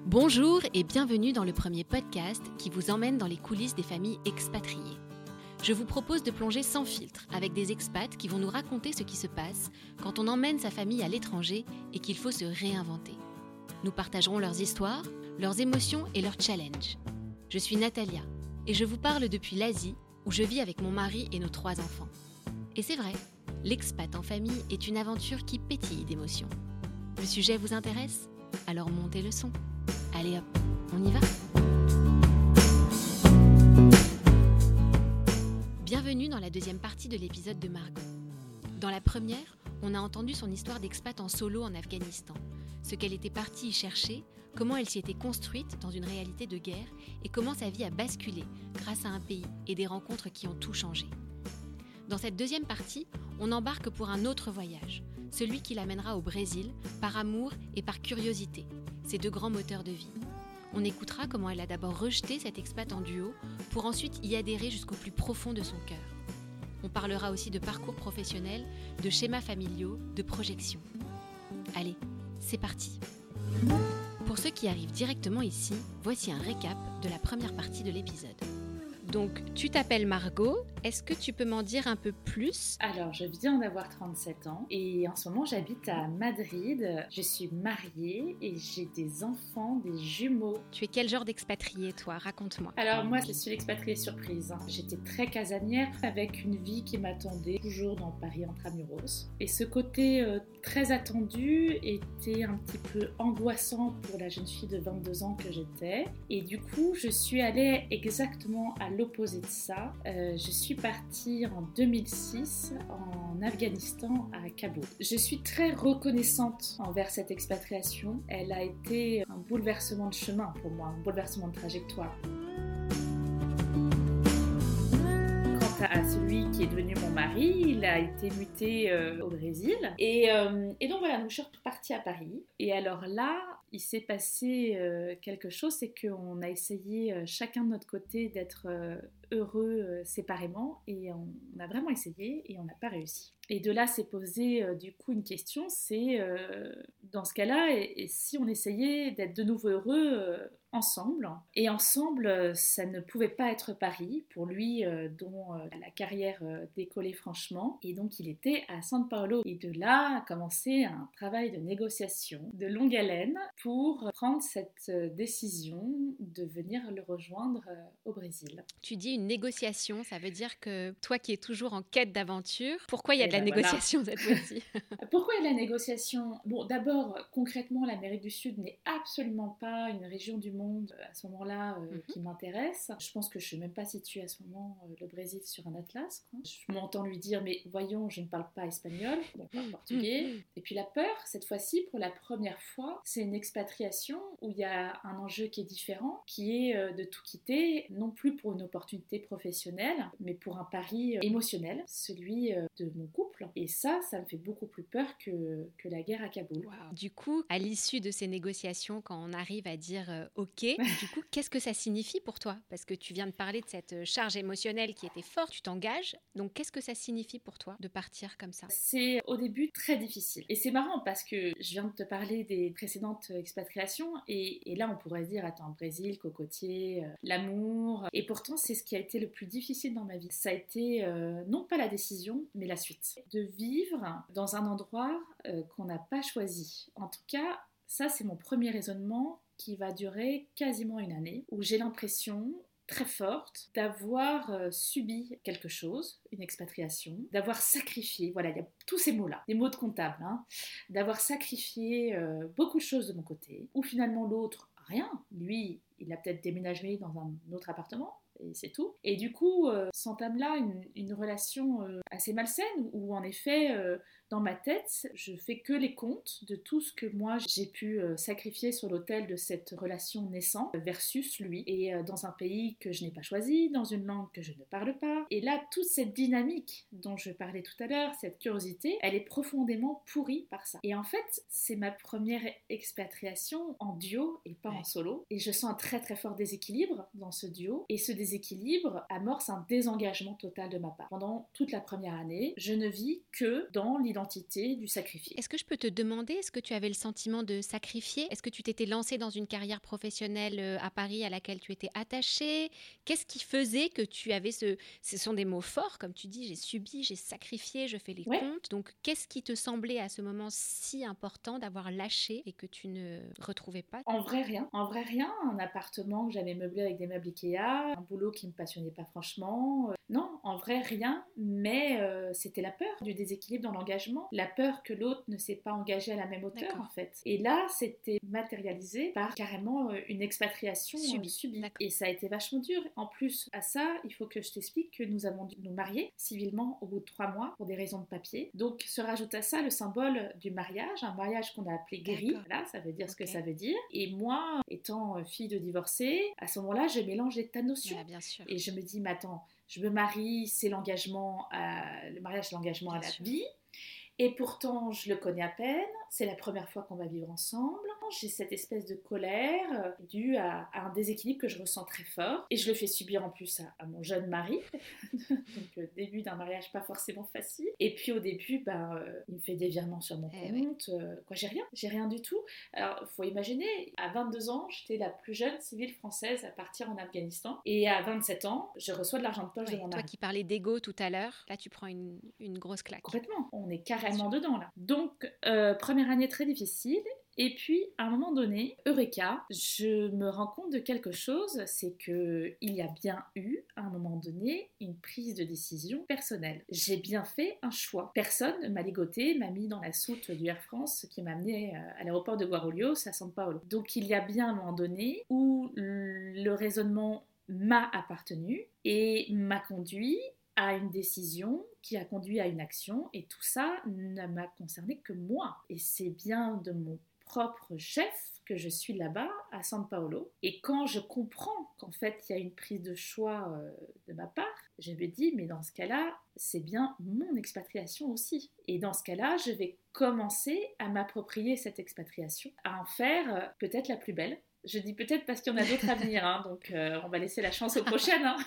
Bonjour et bienvenue dans le premier podcast qui vous emmène dans les coulisses des familles expatriées. Je vous propose de plonger sans filtre avec des expats qui vont nous raconter ce qui se passe quand on emmène sa famille à l'étranger et qu'il faut se réinventer. Nous partagerons leurs histoires, leurs émotions et leurs challenges. Je suis Natalia et je vous parle depuis l'Asie où je vis avec mon mari et nos 3 enfants. Et c'est vrai, l'expat en famille est une aventure qui pétille d'émotions. Le sujet vous intéresse ? Alors montez le son. Allez hop, on y va ? Bienvenue dans la deuxième partie de l'épisode de Margot. Dans la première, on a entendu son histoire d'expat en solo en Afghanistan, ce qu'elle était partie y chercher, comment elle s'y était construite dans une réalité de guerre et comment sa vie a basculé grâce à un pays et des rencontres qui ont tout changé. Dans cette deuxième partie, on embarque pour un autre voyage, celui qui l'amènera au Brésil par amour et par curiosité, ces 2 grands moteurs de vie. On écoutera comment elle a d'abord rejeté cet expat en duo pour ensuite y adhérer jusqu'au plus profond de son cœur. On parlera aussi de parcours professionnel, de schémas familiaux, de projections. Allez, c'est parti. Pour ceux qui arrivent directement ici, voici un récap de la première partie de l'épisode. Donc, tu t'appelles Margot, est-ce que tu peux m'en dire un peu plus ? Alors, je viens d'avoir 37 ans et en ce moment, j'habite à Madrid. Je suis mariée et j'ai des enfants, des jumeaux. Tu es quel genre d'expatrié, toi ? Raconte-moi. Alors, moi, je suis l'expatriée surprise. J'étais très casanière avec une vie qui m'attendait, toujours dans Paris intramuros. Et ce côté très attendu était un petit peu angoissant pour la jeune fille de 22 ans que j'étais. Et du coup, je suis allée exactement à l'opposé de ça. Je suis partie en 2006 en Afghanistan à Kaboul. Je suis très reconnaissante envers cette expatriation. Elle a été un bouleversement de chemin pour moi, un bouleversement de trajectoire. Quant à celui qui est devenu mon mari, il a été muté au Brésil. Et donc voilà, donc je suis repartie à Paris. Et alors là, il s'est passé quelque chose, c'est qu'on a essayé chacun de notre côté d'être heureux séparément et on a vraiment essayé et on n'a pas réussi. Et de là s'est posé du coup une question, c'est dans ce cas-là, et si on essayait d'être de nouveau heureux ensemble. Et ensemble, ça ne pouvait pas être Paris, pour lui dont la carrière décollait franchement. Et donc il était à São Paulo. Et de là a commencé un travail de négociation de longue haleine pour prendre cette décision de venir le rejoindre au Brésil. Tu dis une négociation, ça veut dire que toi qui es toujours en quête d'aventure, pourquoi il y a de la négociation cette fois-ci ? Pourquoi il y a de la négociation ? Bon, d'abord, concrètement, l'Amérique du Sud n'est absolument pas une région du monde à ce moment-là qui m'intéresse. Je pense que je ne sais même pas situer à ce moment le Brésil sur un atlas. Je m'entends lui dire, mais voyons, je ne parle pas espagnol, bon, je parle portugais. Et puis la peur, cette fois-ci, pour la première fois, c'est une expatriation où il y a un enjeu qui est différent, qui est de tout quitter, non plus pour une opportunité professionnelle, mais pour un pari émotionnel, celui de mon couple. Et ça me fait beaucoup plus peur que la guerre à Kaboul. Wow. Du coup, à l'issue de ces négociations, quand on arrive à dire OK, du coup, qu'est-ce que ça signifie pour toi ? Parce que tu viens de parler de cette charge émotionnelle qui était forte, tu t'engages. Donc, qu'est-ce que ça signifie pour toi de partir comme ça ? C'est au début très difficile. Et c'est marrant parce que je viens de te parler des précédentes expatriations et là, on pourrait se dire, attends, Brésil, cocotier, l'amour. Et pourtant, c'est ce qui a été le plus difficile dans ma vie. Ça a été non pas la décision, mais la suite. De vivre dans un endroit qu'on n'a pas choisi. En tout cas, ça, c'est mon premier raisonnement qui va durer quasiment une année, où j'ai l'impression très forte d'avoir subi quelque chose, une expatriation, d'avoir sacrifié, voilà, il y a tous ces mots-là, des mots de comptable, d'avoir sacrifié beaucoup de choses de mon côté, ou finalement l'autre, rien, lui, il a peut-être déménagé dans un autre appartement, et c'est tout. Et du coup, s'entame là une relation assez malsaine, où en effet, dans ma tête, je fais que les comptes de tout ce que moi j'ai pu sacrifier sur l'autel de cette relation naissante versus lui. Et dans un pays que je n'ai pas choisi, dans une langue que je ne parle pas. Et là, toute cette dynamique dont je parlais tout à l'heure, cette curiosité, elle est profondément pourrie par ça. Et en fait, c'est ma première expatriation en duo et pas en solo. Et je sens un très très fort déséquilibre dans ce duo. Et ce déséquilibre amorce un désengagement total de ma part. Pendant toute la première année, je ne vis que dans l'identité l'identité du sacrifié. Est-ce que je peux te demander, est-ce que tu avais le sentiment de sacrifier? Est-ce que tu t'étais lancée dans une carrière professionnelle à Paris à laquelle tu étais attachée? Qu'est-ce qui faisait que tu avais ce sont des mots forts, comme tu dis, j'ai subi, j'ai sacrifié, je fais les comptes. Donc, qu'est-ce qui te semblait à ce moment si important d'avoir lâché et que tu ne retrouvais pas? En vrai, rien. En vrai, rien. Un appartement que j'avais meublé avec des meubles Ikea, un boulot qui me passionnait pas franchement. Non, en vrai, rien. Mais c'était la peur du déséquilibre dans l'engagement. La peur que l'autre ne s'est pas engagé à la même hauteur, en fait. Et là, c'était matérialisé par carrément une expatriation subie. Et ça a été vachement dur. En plus, à ça, il faut que je t'explique que nous avons dû nous marier civilement au bout de 3 mois pour des raisons de papier. Donc, se rajoute à ça le symbole du mariage, un mariage qu'on a appelé guéri. Voilà, ça veut dire ce que ça veut dire. Et moi, étant fille de divorcée, à ce moment-là, je mélange les tas de notions. Ouais, bien sûr. Et je me dis, mais attends, je me marie, c'est l'engagement, le mariage, c'est l'engagement à la vie. Et pourtant, je le connais à peine. C'est la première fois qu'on va vivre ensemble. J'ai cette espèce de colère due à un déséquilibre que je ressens très fort. Et je le fais subir en plus à mon jeune mari. Donc, début d'un mariage pas forcément facile. Et puis au début, il me fait des virements sur mon compte. J'ai rien du tout. Alors, il faut imaginer, à 22 ans, j'étais la plus jeune civile française à partir en Afghanistan. Et à 27 ans, je reçois de l'argent de poche de mon mari. Toi qui parlais d'ego tout à l'heure, là tu prends une grosse claque. Complètement. On est carrément dedans là. Donc, première année très difficile. Et puis, à un moment donné, Eureka, je me rends compte de quelque chose, c'est qu'il y a bien eu, à un moment donné, une prise de décision personnelle. J'ai bien fait un choix. Personne ne m'a ligoté, m'a mis dans la soute du Air France qui m'a amené à l'aéroport de Guarulhos à São Paulo. Donc, il y a bien un moment donné où le raisonnement m'a appartenu et m'a conduit à une décision qui a conduit à une action, et tout ça ne m'a concerné que moi. Et c'est bien de mon propre chef que je suis là-bas à São Paulo. Et quand je comprends qu'en fait il y a une prise de choix de ma part, je me dis mais dans ce cas-là, c'est bien mon expatriation aussi. Et dans ce cas-là, je vais commencer à m'approprier cette expatriation, à en faire peut-être la plus belle. Je dis peut-être parce qu'il y en a d'autres à venir, hein, donc on va laisser la chance aux prochaines. Hein.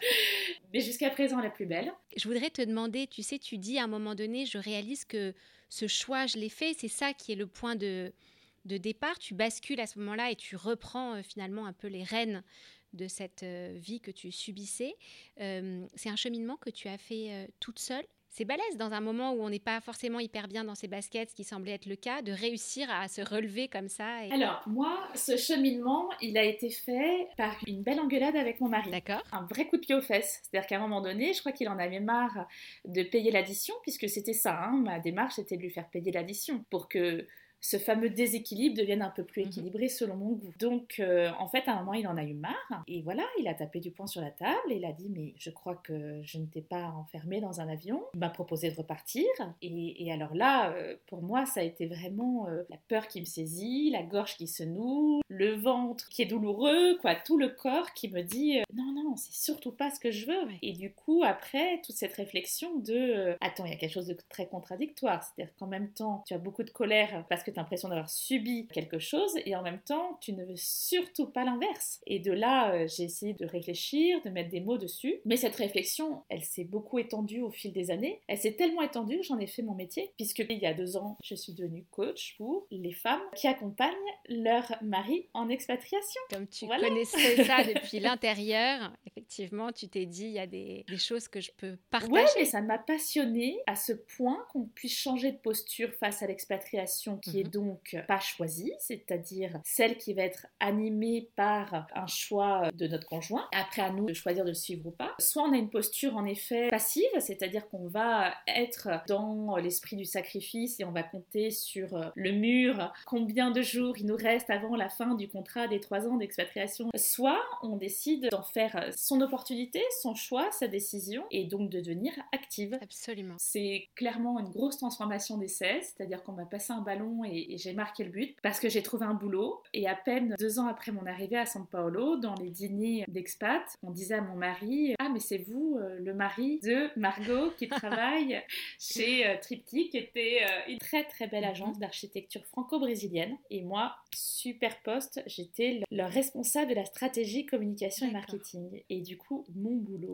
Mais jusqu'à présent, la plus belle. Je voudrais te demander, tu sais, tu dis à un moment donné, je réalise que ce choix, je l'ai fait, c'est ça qui est le point de départ. Tu bascules à ce moment-là et tu reprends finalement un peu les rênes de cette vie que tu subissais. C'est un cheminement que tu as fait toute seule. C'est balèze dans un moment où on n'est pas forcément hyper bien dans ses baskets, ce qui semblait être le cas, de réussir à se relever comme ça. Alors, moi, ce cheminement, il a été fait par une belle engueulade avec mon mari. D'accord. Un vrai coup de pied aux fesses. C'est-à-dire qu'à un moment donné, je crois qu'il en avait marre de payer l'addition, puisque c'était ça, hein, ma démarche, c'était de lui faire payer l'addition, pour que ce fameux déséquilibre devienne un peu plus équilibré selon mon goût. Donc, en fait, à un moment, il en a eu marre. Et voilà, il a tapé du poing sur la table et il a dit « Mais je crois que je ne t'ai pas enfermée dans un avion. » Il m'a proposé de repartir. Et alors là, pour moi, ça a été vraiment la peur qui me saisit, la gorge qui se noue, le ventre qui est douloureux, quoi, tout le corps qui me dit « Non, non, c'est surtout pas ce que je veux. » Et du coup, après, toute cette réflexion de « Attends, il y a quelque chose de très contradictoire. » C'est-à-dire qu'en même temps, tu as beaucoup de colère parce que tu as l'impression d'avoir subi quelque chose et en même temps tu ne veux surtout pas l'inverse. Et de là j'ai essayé de réfléchir, de mettre des mots dessus, mais cette réflexion elle s'est beaucoup étendue au fil des années. Elle s'est tellement étendue que j'en ai fait mon métier, puisque il y a 2 ans je suis devenue coach pour les femmes qui accompagnent leur mari en expatriation. Comme tu connaissais ça depuis l'intérieur, effectivement tu t'es dit il y a des choses que je peux partager. Ouais, mais ça m'a passionnée à ce point qu'on puisse changer de posture face à l'expatriation qui est donc pas choisie, c'est-à-dire celle qui va être animée par un choix de notre conjoint. Après, à nous de choisir de le suivre ou pas. Soit on a une posture en effet passive, c'est-à-dire qu'on va être dans l'esprit du sacrifice et on va compter sur le mur combien de jours il nous reste avant la fin du contrat des 3 ans d'expatriation. Soit on décide d'en faire son opportunité, son choix, sa décision et donc de devenir active. Absolument. C'est clairement une grosse transformation d'essai, c'est-à-dire qu'on m'a passé un ballon et j'ai marqué le but parce que j'ai trouvé un boulot. Et à peine 2 ans après mon arrivée à São Paulo, dans les dîners d'expat, on disait à mon mari « Ah, mais c'est vous, le mari de Margot qui travaille chez Triptyque, qui était une très très belle agence d'architecture franco-brésilienne. Et moi, super poste, j'étais leur responsable de la stratégie communication et marketing. Et du coup, mon boulot,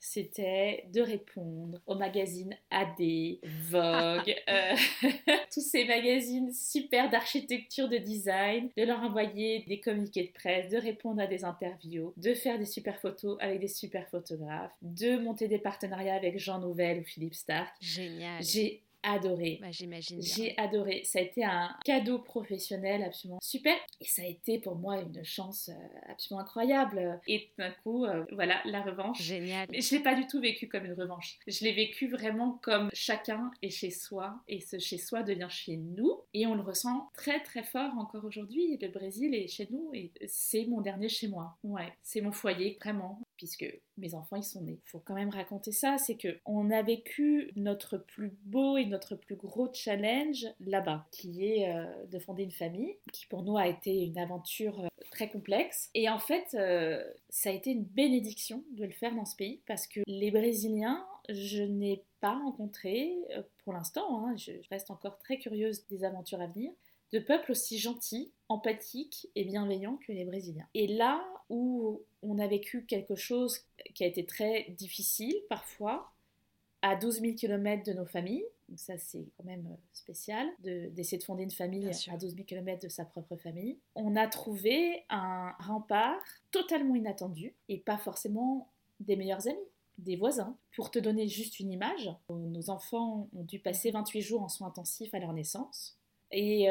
c'était de répondre aux magazines AD, Vogue, tous ces magazines super d'architecture, de design, de leur envoyer des communiqués de presse, de répondre à des interviews, de faire des super photos avec des super photographes, de monter des partenariats avec Jean Nouvel ou Philippe Starck. Génial. J'ai adoré. Bah, j'imagine bien. J'ai adoré. Ça a été un cadeau professionnel absolument super. Et ça a été pour moi une chance absolument incroyable. Et tout d'un coup, voilà, la revanche. Génial. Mais je ne l'ai pas du tout vécu comme une revanche. Je l'ai vécu vraiment comme chacun est chez soi. Et ce chez soi devient chez nous. Et on le ressent très très fort encore aujourd'hui. Le Brésil est chez nous. Et c'est mon dernier chez moi. Ouais, c'est mon foyer, vraiment. Puisque mes enfants y sont nés. Il faut quand même raconter ça, c'est qu'on a vécu notre plus beau et notre plus gros challenge là-bas, qui est de fonder une famille, qui pour nous a été une aventure très complexe. Et en fait, ça a été une bénédiction de le faire dans ce pays, parce que les Brésiliens, je n'ai pas rencontré, pour l'instant, hein, je reste encore très curieuse des aventures à venir, de peuples aussi gentils, empathiques et bienveillants que les Brésiliens. Et là où on a vécu quelque chose qui a été très difficile parfois, à 12 000 km de nos familles, donc ça c'est quand même spécial, d'essayer de fonder une famille à 12 000 km de sa propre famille, on a trouvé un rempart totalement inattendu et pas forcément des meilleurs amis, des voisins. Pour te donner juste une image, nos enfants ont dû passer 28 jours en soins intensifs à leur naissance. Et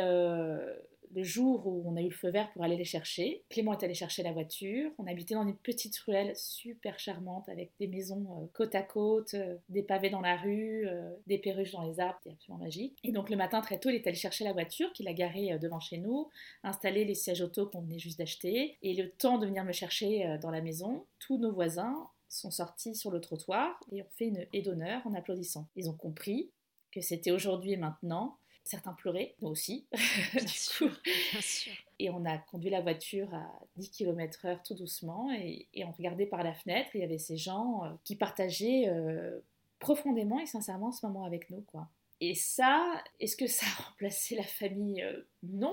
le jour où on a eu le feu vert pour aller les chercher, Clément est allé chercher la voiture. On habitait dans une petite ruelle super charmante avec des maisons côte à côte, des pavés dans la rue, des perruches dans les arbres, c'était absolument magique. Et donc le matin très tôt, il est allé chercher la voiture qu'il a garée devant chez nous, installé les sièges auto qu'on venait juste d'acheter. Et le temps de venir me chercher dans la maison, tous nos voisins sont sortis sur le trottoir et ont fait une haie d'honneur en applaudissant. Ils ont compris que c'était aujourd'hui et maintenant. Certains pleuraient, nous aussi. Bien sûr, bien sûr. Et on a conduit la voiture à 10 km/h tout doucement et on regardait par la fenêtre et il y avait ces gens qui partageaient profondément et sincèrement ce moment avec nous, quoi. Et ça, est-ce que ça a remplacé la famille? Non,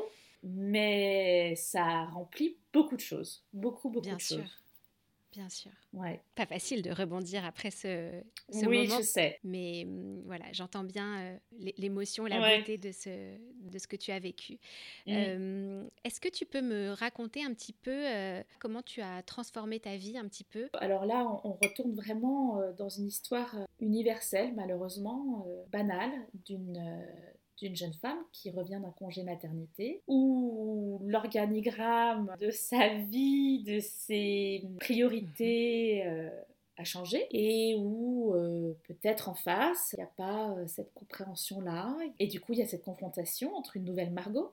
mais ça a rempli beaucoup de choses. Beaucoup de choses. Bien sûr. Ouais. Pas facile de rebondir après ce oui, moment. Je sais. Mais voilà, j'entends bien l'émotion et la beauté de ce que tu as vécu. Est-ce que tu peux me raconter un petit peu comment tu as transformé ta vie un petit peu? Alors là, on retourne vraiment dans une histoire universelle, malheureusement, banale, d'une jeune femme qui revient d'un congé maternité, où l'organigramme de sa vie, de ses priorités a changé, et où peut-être en face, il n'y a pas cette compréhension-là, et du coup il y a cette confrontation entre une nouvelle Margot,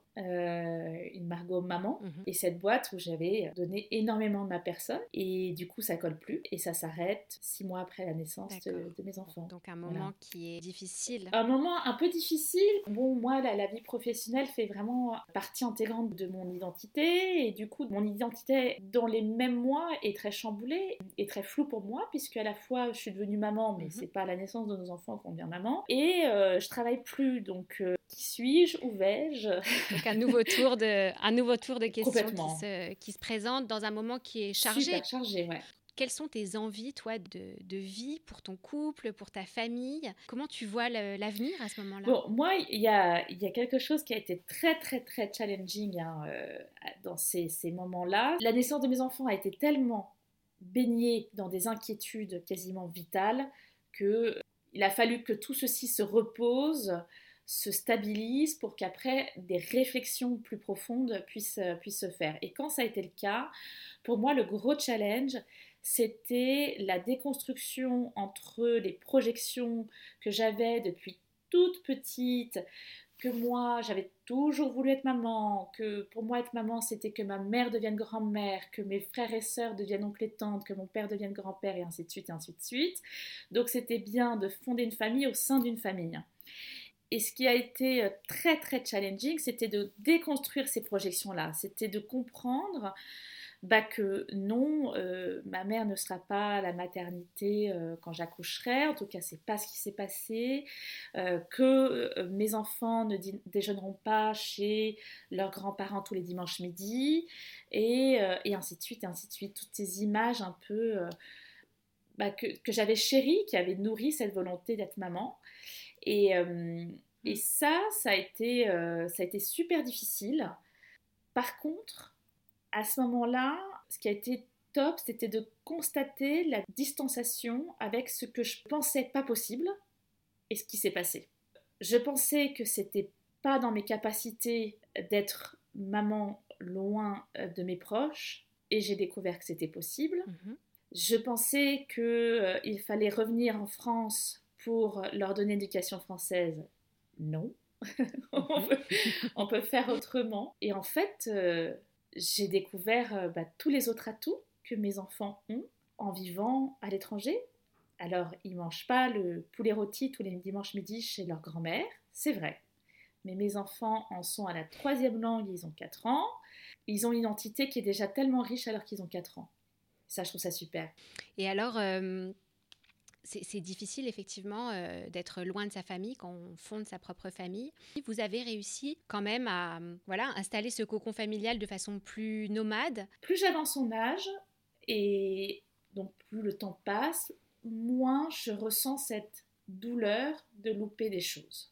une Margot maman, et cette boîte où j'avais donné énormément de ma personne, et du coup ça colle plus, et ça s'arrête 6 mois après la naissance de mes enfants. Donc un moment qui est difficile. Un moment un peu difficile. Bon, moi la vie professionnelle fait vraiment partie intégrante de mon identité, et du coup mon identité dans les mêmes mois est très chamboulée et très floue pour moi, puisque à la fois je suis devenue maman, mais c'est pas à la naissance de nos enfants qu'on devient maman, et je travaille plus, donc qui suis-je, où vais-je? Donc un nouveau tour de questions qui se présente dans un moment qui est chargé. Super chargé, ouais. Quelles sont tes envies, toi, de vie pour ton couple, pour ta famille? Comment tu vois l'avenir à ce moment-là? Bon, moi, il y a quelque chose qui a été très, très, très challenging dans ces moments-là. La naissance de mes enfants a été tellement baignée dans des inquiétudes quasiment vitales qu'il a fallu que tout ceci se repose, se stabilise pour qu'après des réflexions plus profondes puissent se faire. Et quand ça a été le cas, pour moi, le gros challenge, c'était la déconstruction entre les projections que j'avais depuis toute petite, que moi j'avais toujours voulu être maman, que pour moi être maman c'était que ma mère devienne grand-mère, que mes frères et sœurs deviennent oncles et tantes, que mon père devienne grand-père, et ainsi de suite et ainsi de suite. Donc c'était bien de fonder une famille au sein d'une famille. Et ce qui a été très très challenging, c'était de déconstruire ces projections-là, c'était de comprendre que non, ma mère ne sera pas à la maternité quand j'accoucherai, en tout cas c'est pas ce qui s'est passé, que mes enfants ne déjeuneront pas chez leurs grands-parents tous les dimanches midi, et ainsi de suite, toutes ces images un peu que j'avais chérie, qui avait nourri cette volonté d'être maman. Et ça a été super difficile. Par contre, à ce moment-là, ce qui a été top, c'était de constater la distanciation avec ce que je pensais pas possible et ce qui s'est passé. Je pensais que c'était pas dans mes capacités d'être maman loin de mes proches et j'ai découvert que c'était possible. Je pensais qu'il fallait revenir en France pour leur donner l'éducation française. Non, on peut faire autrement. Et en fait, j'ai découvert tous les autres atouts que mes enfants ont en vivant à l'étranger. Alors, ils ne mangent pas le poulet rôti tous les dimanches midi chez leur grand-mère, c'est vrai. Mais mes enfants en sont à la 3e langue, ils ont 4 ans. Ils ont une identité qui est déjà tellement riche alors qu'ils ont 4 ans. Ça, je trouve ça super. Et alors, c'est difficile effectivement d'être loin de sa famille quand on fonde sa propre famille. Vous avez réussi quand même à installer ce cocon familial de façon plus nomade. Plus j'avance en âge et donc plus le temps passe, moins je ressens cette douleur de louper des choses.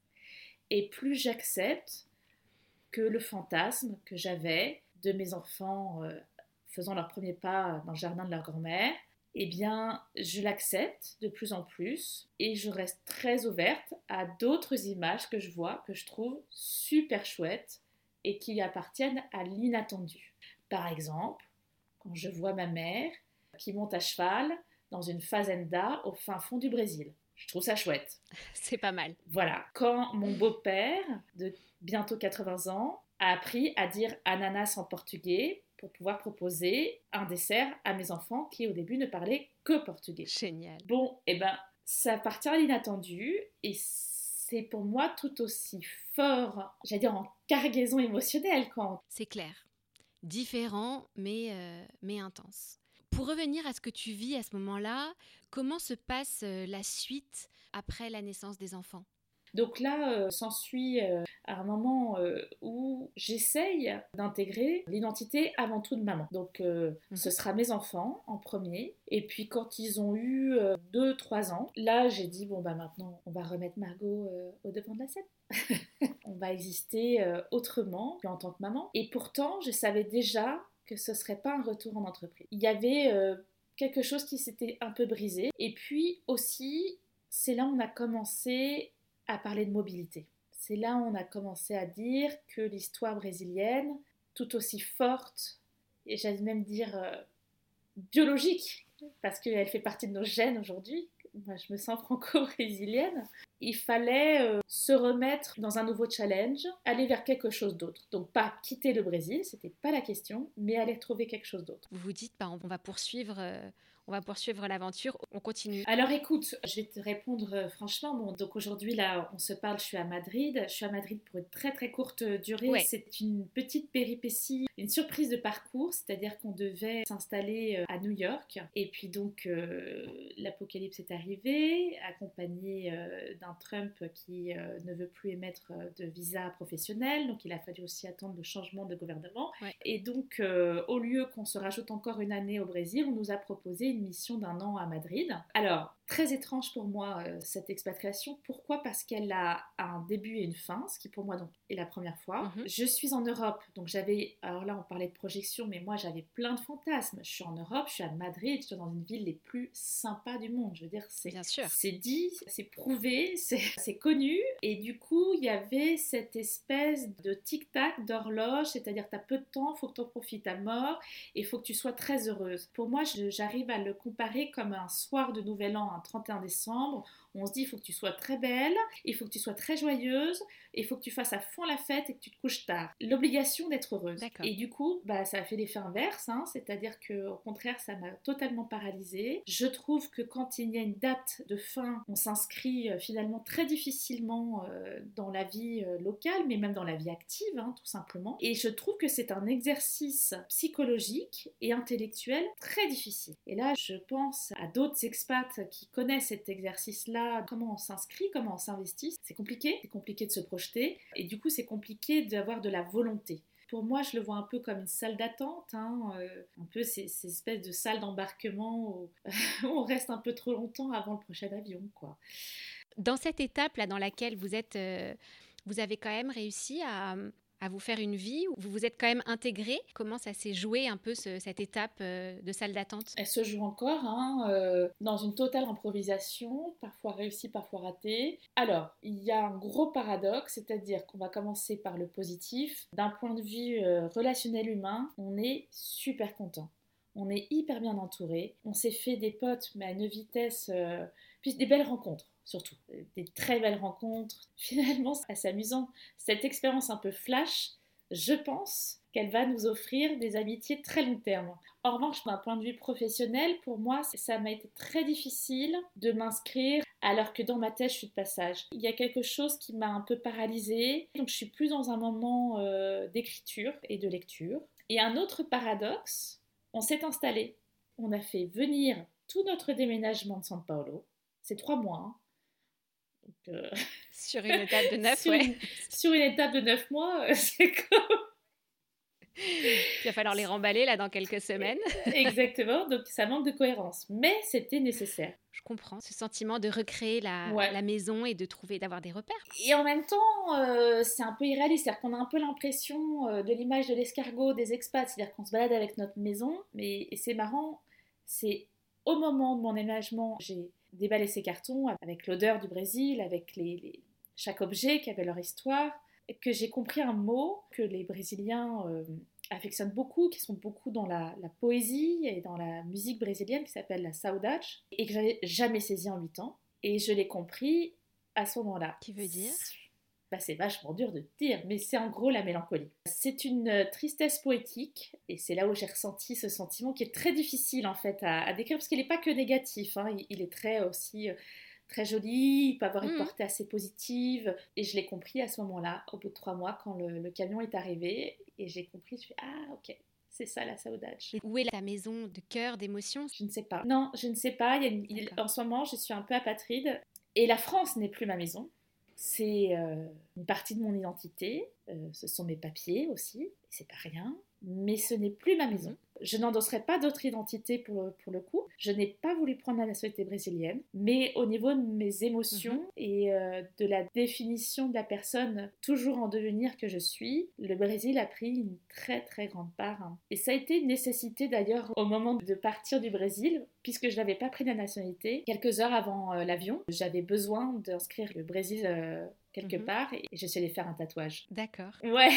Et plus j'accepte que le fantasme que j'avais de mes enfants faisant leurs premiers pas dans le jardin de leur grand-mère, eh bien, je l'accepte de plus en plus et je reste très ouverte à d'autres images que je vois, que je trouve super chouettes et qui appartiennent à l'inattendu. Par exemple, quand je vois ma mère qui monte à cheval dans une fazenda au fin fond du Brésil. Je trouve ça chouette. C'est pas mal. Voilà. Quand mon beau-père, de bientôt 80 ans, a appris à dire ananas en portugais pour pouvoir proposer un dessert à mes enfants qui au début ne parlaient que portugais. Génial. Bon, ça appartient à l'inattendu et c'est pour moi tout aussi fort, j'allais dire en cargaison émotionnelle quand... C'est clair. Différent mais intense. Pour revenir à ce que tu vis à ce moment-là, comment se passe la suite après la naissance des enfants ? Donc là, s'ensuit un moment où j'essaye d'intégrer l'identité avant tout de maman. Donc ce sera mes enfants en premier. Et puis quand ils ont eu 2-3 ans, là j'ai dit, bon bah maintenant on va remettre Margot au devant de la scène. On va exister autrement qu'en tant que maman. Et pourtant, je savais déjà que ce serait pas un retour en entreprise. Il y avait quelque chose qui s'était un peu brisé. Et puis aussi, c'est là où on a commencé à parler de mobilité. C'est là où on a commencé à dire que l'histoire brésilienne, tout aussi forte, et j'allais même dire biologique, parce qu'elle fait partie de nos gènes aujourd'hui, moi je me sens franco-brésilienne, il fallait se remettre dans un nouveau challenge, aller vers quelque chose d'autre. Donc pas quitter le Brésil, c'était pas la question, mais aller trouver quelque chose d'autre. Vous vous dites, on va poursuivre l'aventure, on continue. Alors écoute, je vais te répondre franchement. Bon, donc aujourd'hui, là, on se parle, je suis à Madrid. Je suis à Madrid pour une très très courte durée. Ouais. C'est une petite péripétie, une surprise de parcours, c'est-à-dire qu'on devait s'installer à New York. Et puis donc, l'apocalypse est arrivé, accompagné d'un Trump qui ne veut plus émettre de visa professionnel. Donc il a fallu aussi attendre le changement de gouvernement. Ouais. Et donc, au lieu qu'on se rajoute encore une année au Brésil, on nous a proposé une mission d'1 an à Madrid. Alors, très étrange pour moi cette expatriation. Pourquoi ? Parce qu'elle a un début et une fin, ce qui pour moi donc est la première fois. Je suis en Europe, donc alors là on parlait de projection, mais moi j'avais plein de fantasmes. Je suis en Europe, je suis à Madrid, je suis dans une ville les plus sympas du monde. Je veux dire, Bien sûr. C'est dit, c'est prouvé, c'est connu. Et du coup, il y avait cette espèce de tic-tac d'horloge, c'est-à-dire t'as peu de temps, il faut que tu en profites à mort et il faut que tu sois très heureuse. Pour moi, j'arrive à le comparer comme un soir de Nouvel An, un 31 décembre. On se dit, il faut que tu sois très belle, il faut que tu sois très joyeuse, il faut que tu fasses à fond la fête et que tu te couches tard. L'obligation d'être heureuse. D'accord. Et du coup, ça a fait l'effet inverse, c'est-à-dire qu'au contraire, ça m'a totalement paralysée. Je trouve que quand il y a une date de fin, on s'inscrit finalement très difficilement dans la vie locale, mais même dans la vie active, tout simplement. Et je trouve que c'est un exercice psychologique et intellectuel très difficile. Et là, je pense à d'autres expats qui connaissent cet exercice-là, comment on s'inscrit, comment on s'investit. C'est compliqué de se projeter et du coup c'est compliqué d'avoir de la volonté. Pour moi, je le vois un peu comme une salle d'attente, hein, un peu ces espèces de salles d'embarquement où, où on reste un peu trop longtemps avant le prochain avion, quoi. Dans cette étape-là dans laquelle vous êtes, vous avez quand même réussi à vous faire une vie, où vous vous êtes quand même intégré. Comment ça s'est joué un peu cette étape de salle d'attente? Elle se joue encore, hein, dans une totale improvisation, parfois réussie, parfois ratée. Alors, il y a un gros paradoxe, c'est-à-dire qu'on va commencer par le positif. D'un point de vue relationnel humain, on est super content. On est hyper bien entouré. On s'est fait des potes, mais à une vitesse... puis des belles rencontres, surtout. Des très belles rencontres. Finalement, c'est assez amusant. Cette expérience un peu flash, je pense qu'elle va nous offrir des amitiés très long terme. En revanche, d'un point de vue professionnel, pour moi, ça m'a été très difficile de m'inscrire alors que dans ma tête, je suis de passage. Il y a quelque chose qui m'a un peu paralysée, donc je suis plus dans un moment d'écriture et de lecture. Et un autre paradoxe, on s'est installé. On a fait venir tout notre déménagement de São Paulo. C'est 3 mois. Hein. Donc, sur une étape de 9, sur, ouais. Sur une étape de 9 mois, c'est comme... Il va falloir les remballer là dans quelques semaines. Exactement, donc ça manque de cohérence, mais c'était nécessaire. Je comprends ce sentiment de recréer la maison et de trouver, d'avoir des repères. Et en même temps, c'est un peu irréaliste, c'est-à-dire qu'on a un peu l'impression de l'image de l'escargot des expats, c'est-à-dire qu'on se balade avec notre maison, mais et c'est marrant, c'est au moment de mon déménagement, j'ai déballé ces cartons avec l'odeur du Brésil, avec chaque objet qui avait leur histoire, que j'ai compris un mot que les Brésiliens affectionnent beaucoup, qui sont beaucoup dans la poésie et dans la musique brésilienne qui s'appelle la saudade, et que j'avais jamais saisi en 8 ans. Et je l'ai compris à ce moment-là. Qui veut dire c'est vachement dur de dire, mais c'est en gros la mélancolie. C'est une tristesse poétique, et c'est là où j'ai ressenti ce sentiment qui est très difficile en fait à décrire, parce qu'il n'est pas que négatif, hein, il est très aussi... très joli, il peut avoir une portée assez positive. Et je l'ai compris à ce moment-là, au bout de 3 mois, quand le camion est arrivé. Et j'ai compris, je fais ah ok, c'est ça la saudade. Où est ta maison de cœur, d'émotion? Je ne sais pas. Non, je ne sais pas. En ce moment, je suis un peu apatride. Et la France n'est plus ma maison. C'est une partie de mon identité. Ce sont mes papiers aussi. C'est pas rien. Mais ce n'est plus ma maison. Je n'endosserai pas d'autre identité pour le coup. Je n'ai pas voulu prendre la nationalité brésilienne, mais au niveau de mes émotions et de la définition de la personne toujours en devenir que je suis, le Brésil a pris une très très grande part. Hein. Et ça a été une nécessité d'ailleurs au moment de partir du Brésil, puisque je n'avais pas pris la nationalité. Quelques heures avant l'avion, j'avais besoin d'inscrire le Brésil quelque part et je suis allée faire un tatouage. D'accord. Ouais.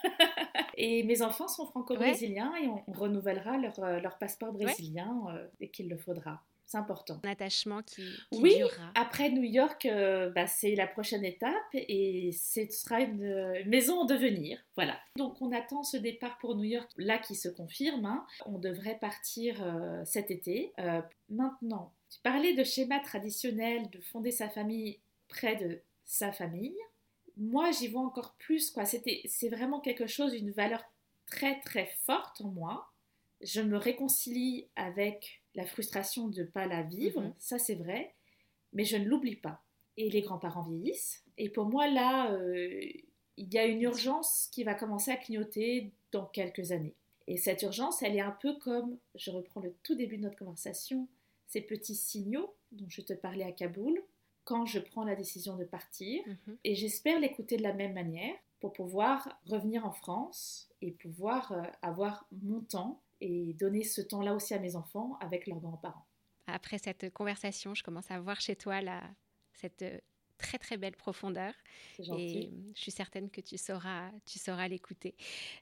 Et mes enfants sont franco-brésiliens et on renouvellera leur passeport brésilien dès qu'il le faudra. C'est important. Un attachement qui oui, durera. Après New York, c'est la prochaine étape et ce sera une maison en devenir. Voilà. Donc on attend ce départ pour New York, là qui se confirme. Hein. On devrait partir cet été. Maintenant, tu parlais de schéma traditionnel, de fonder sa famille près de sa famille. Moi, j'y vois encore plus, quoi. C'est vraiment quelque chose, une valeur très très forte en moi. Je me réconcilie avec la frustration de ne pas la vivre, ça c'est vrai, mais je ne l'oublie pas. Et les grands-parents vieillissent. Et pour moi, là, il y a une urgence qui va commencer à clignoter dans quelques années. Et cette urgence, elle est un peu comme, je reprends le tout début de notre conversation, ces petits signaux dont je te parlais à Kaboul, quand je prends la décision de partir, et j'espère l'écouter de la même manière pour pouvoir revenir en France et pouvoir avoir mon temps et donner ce temps-là aussi à mes enfants avec leurs grands-parents. Après cette conversation, je commence à voir chez toi cette très très belle profondeur et je suis certaine que tu sauras l'écouter.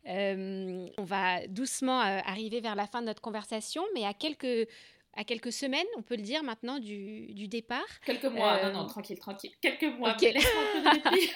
On va doucement arriver vers la fin de notre conversation, mais à quelques semaines, on peut le dire maintenant, du départ. Quelques mois, non, tranquille. Quelques mois, okay. Laisse-moi un peu de répit.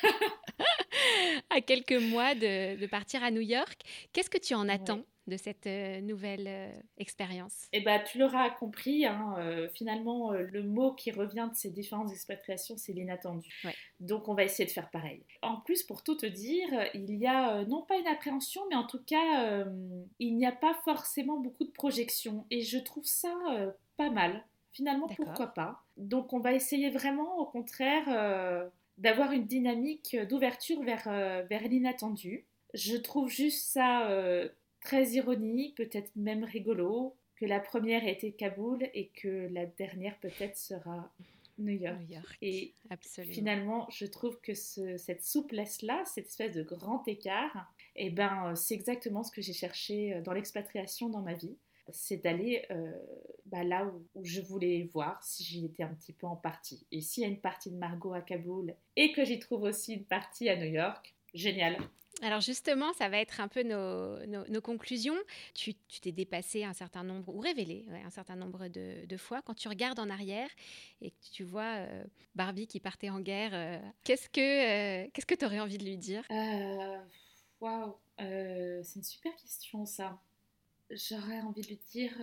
À quelques mois de partir à New York, qu'est-ce que tu en attends de cette nouvelle expérience? Eh ben, tu l'auras compris, hein, finalement, le mot qui revient de ces différentes expatriations, c'est l'inattendu. Ouais. Donc, on va essayer de faire pareil. En plus, pour tout te dire, il y a non pas une appréhension, mais en tout cas, il n'y a pas forcément beaucoup de projections. Et je trouve ça pas mal. Finalement, d'accord. Pourquoi pas? Donc, on va essayer vraiment, au contraire, d'avoir une dynamique d'ouverture vers l'inattendu. Je trouve juste ça très ironique, peut-être même rigolo, que la première ait été Kaboul et que la dernière peut-être sera New York. New York, et absolument. Finalement, je trouve que cette souplesse-là, cette espèce de grand écart, c'est exactement ce que j'ai cherché dans l'expatriation dans ma vie. C'est d'aller là où je voulais voir si j'y étais un petit peu en partie. Et s'il y a une partie de Margot à Kaboul et que j'y trouve aussi une partie à New York, génial. Alors justement, ça va être un peu nos conclusions. Tu t'es dépassé un certain nombre, ou révélé un certain nombre de fois. Quand tu regardes en arrière et que tu vois Barbie qui partait en guerre, qu'est-ce que tu aurais envie de lui dire ? Waouh, c'est une super question ça. J'aurais envie de lui dire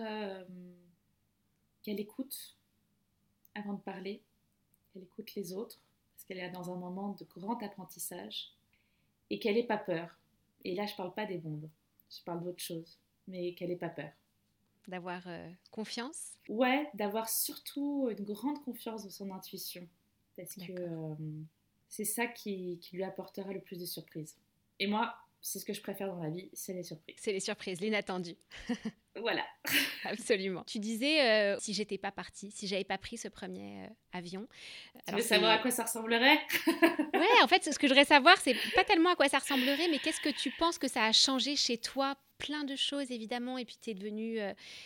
qu'elle écoute avant de parler, qu'elle écoute les autres, parce qu'elle est dans un moment de grand apprentissage, et qu'elle n'ait pas peur. Et là, je ne parle pas des bombes, je parle d'autre chose, mais qu'elle n'ait pas peur. D'avoir confiance ? Ouais, d'avoir surtout une grande confiance dans son intuition, parce que c'est ça qui lui apportera le plus de surprises. Et moi, c'est ce que je préfère dans la vie, c'est les surprises. C'est les surprises, l'inattendu. Voilà. Absolument. Tu disais, si j'étais pas partie, si j'avais pas pris ce premier avion... Tu veux savoir à quoi ça ressemblerait ? Ouais, en fait, ce que je voudrais savoir, c'est pas tellement à quoi ça ressemblerait, mais qu'est-ce que tu penses que ça a changé chez toi ? Plein de choses, évidemment, et puis t'es devenue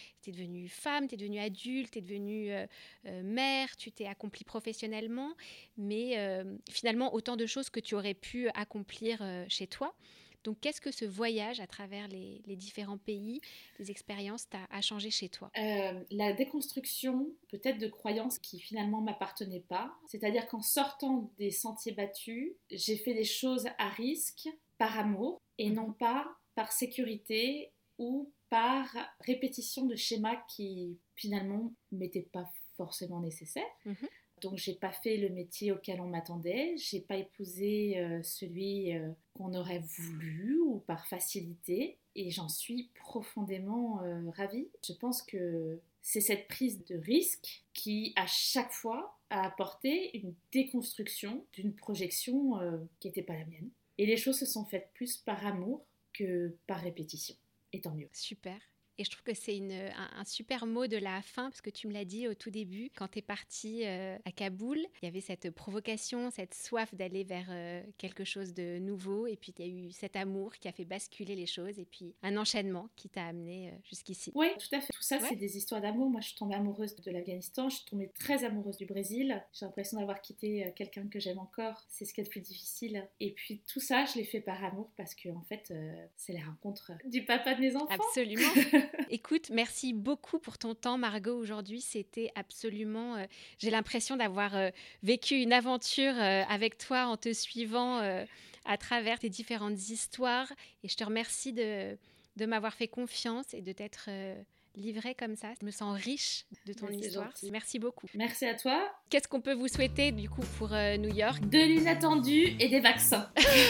femme, t'es devenue adulte, t'es devenue mère, tu t'es accomplie professionnellement, mais finalement, autant de choses que tu aurais pu accomplir chez toi. Donc, qu'est-ce que ce voyage à travers les différents pays, les expériences, a changé chez toi ? La déconstruction, peut-être de croyances qui finalement ne m'appartenaient pas. C'est-à-dire qu'en sortant des sentiers battus, j'ai fait des choses à risque par amour et non pas par sécurité ou par répétition de schémas qui finalement ne m'étaient pas forcément nécessaires. Donc, j'ai pas fait le métier auquel on m'attendait, j'ai pas épousé celui qu'on aurait voulu ou par facilité, et j'en suis profondément ravie. Je pense que c'est cette prise de risque qui, à chaque fois, a apporté une déconstruction d'une projection qui n'était pas la mienne. Et les choses se sont faites plus par amour que par répétition. Et tant mieux. Super. Et je trouve que c'est un super mot de la fin, parce que tu me l'as dit au tout début, quand tu es partie à Kaboul, il y avait cette provocation, cette soif d'aller vers quelque chose de nouveau, et puis il y a eu cet amour qui a fait basculer les choses, et puis un enchaînement qui t'a amené jusqu'ici. Oui, tout à fait. Tout ça, c'est des histoires d'amour. Moi, je suis tombée amoureuse de l'Afghanistan, je suis tombée très amoureuse du Brésil. J'ai l'impression d'avoir quitté quelqu'un que j'aime encore. C'est ce qui est le plus difficile. Et puis tout ça, je l'ai fait par amour, parce que en fait, c'est la rencontre du papa de mes enfants. Absolument. Écoute, merci beaucoup pour ton temps, Margot, aujourd'hui. C'était absolument... j'ai l'impression d'avoir vécu une aventure avec toi en te suivant à travers tes différentes histoires. Et je te remercie de m'avoir fait confiance et de t'être livrée comme ça. Je me sens riche de ton histoire. Gentil. Merci beaucoup. Merci à toi. Qu'est-ce qu'on peut vous souhaiter du coup pour New York ? De l'inattendu et des vaccins.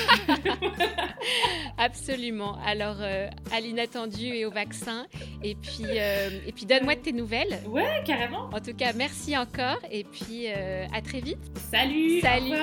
Absolument. Alors, à l'inattendu et aux vaccins. Et puis donne-moi de tes nouvelles. Ouais, carrément. En tout cas, merci encore. Et puis, à très vite. Salut. Salut.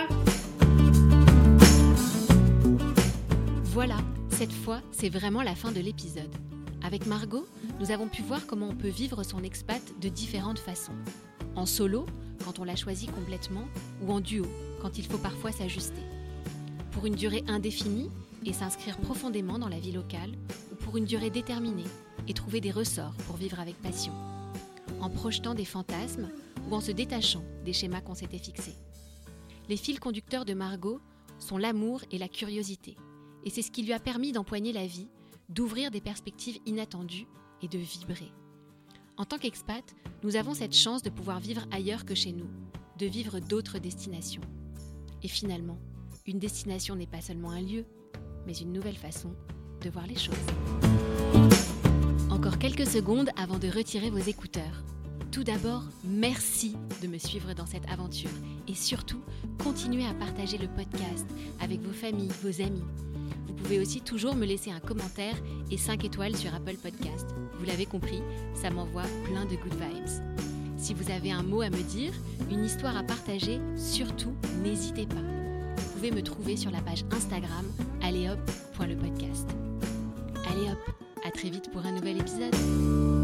Voilà, cette fois, c'est vraiment la fin de l'épisode. Avec Margot, nous avons pu voir comment on peut vivre son expat de différentes façons. En solo, quand on l'a choisi complètement, ou en duo, quand il faut parfois s'ajuster. Pour une durée indéfinie et s'inscrire profondément dans la vie locale, ou pour une durée déterminée et trouver des ressorts pour vivre avec passion. En projetant des fantasmes ou en se détachant des schémas qu'on s'était fixés. Les fils conducteurs de Margot sont l'amour et la curiosité. Et c'est ce qui lui a permis d'empoigner la vie, d'ouvrir des perspectives inattendues et de vibrer. En tant qu'expat, nous avons cette chance de pouvoir vivre ailleurs que chez nous, de vivre d'autres destinations. Et finalement, une destination n'est pas seulement un lieu, mais une nouvelle façon de voir les choses. Encore quelques secondes avant de retirer vos écouteurs. Tout d'abord, merci de me suivre dans cette aventure et surtout, continuez à partager le podcast avec vos familles, vos amis. Vous pouvez aussi toujours me laisser un commentaire et 5 étoiles sur Apple Podcast. Vous l'avez compris, ça m'envoie plein de good vibes. Si vous avez un mot à me dire, une histoire à partager, surtout, n'hésitez pas. pouvez me trouver sur la page Instagram alléehop.lepodcast. Allez hop, à très vite pour un nouvel épisode.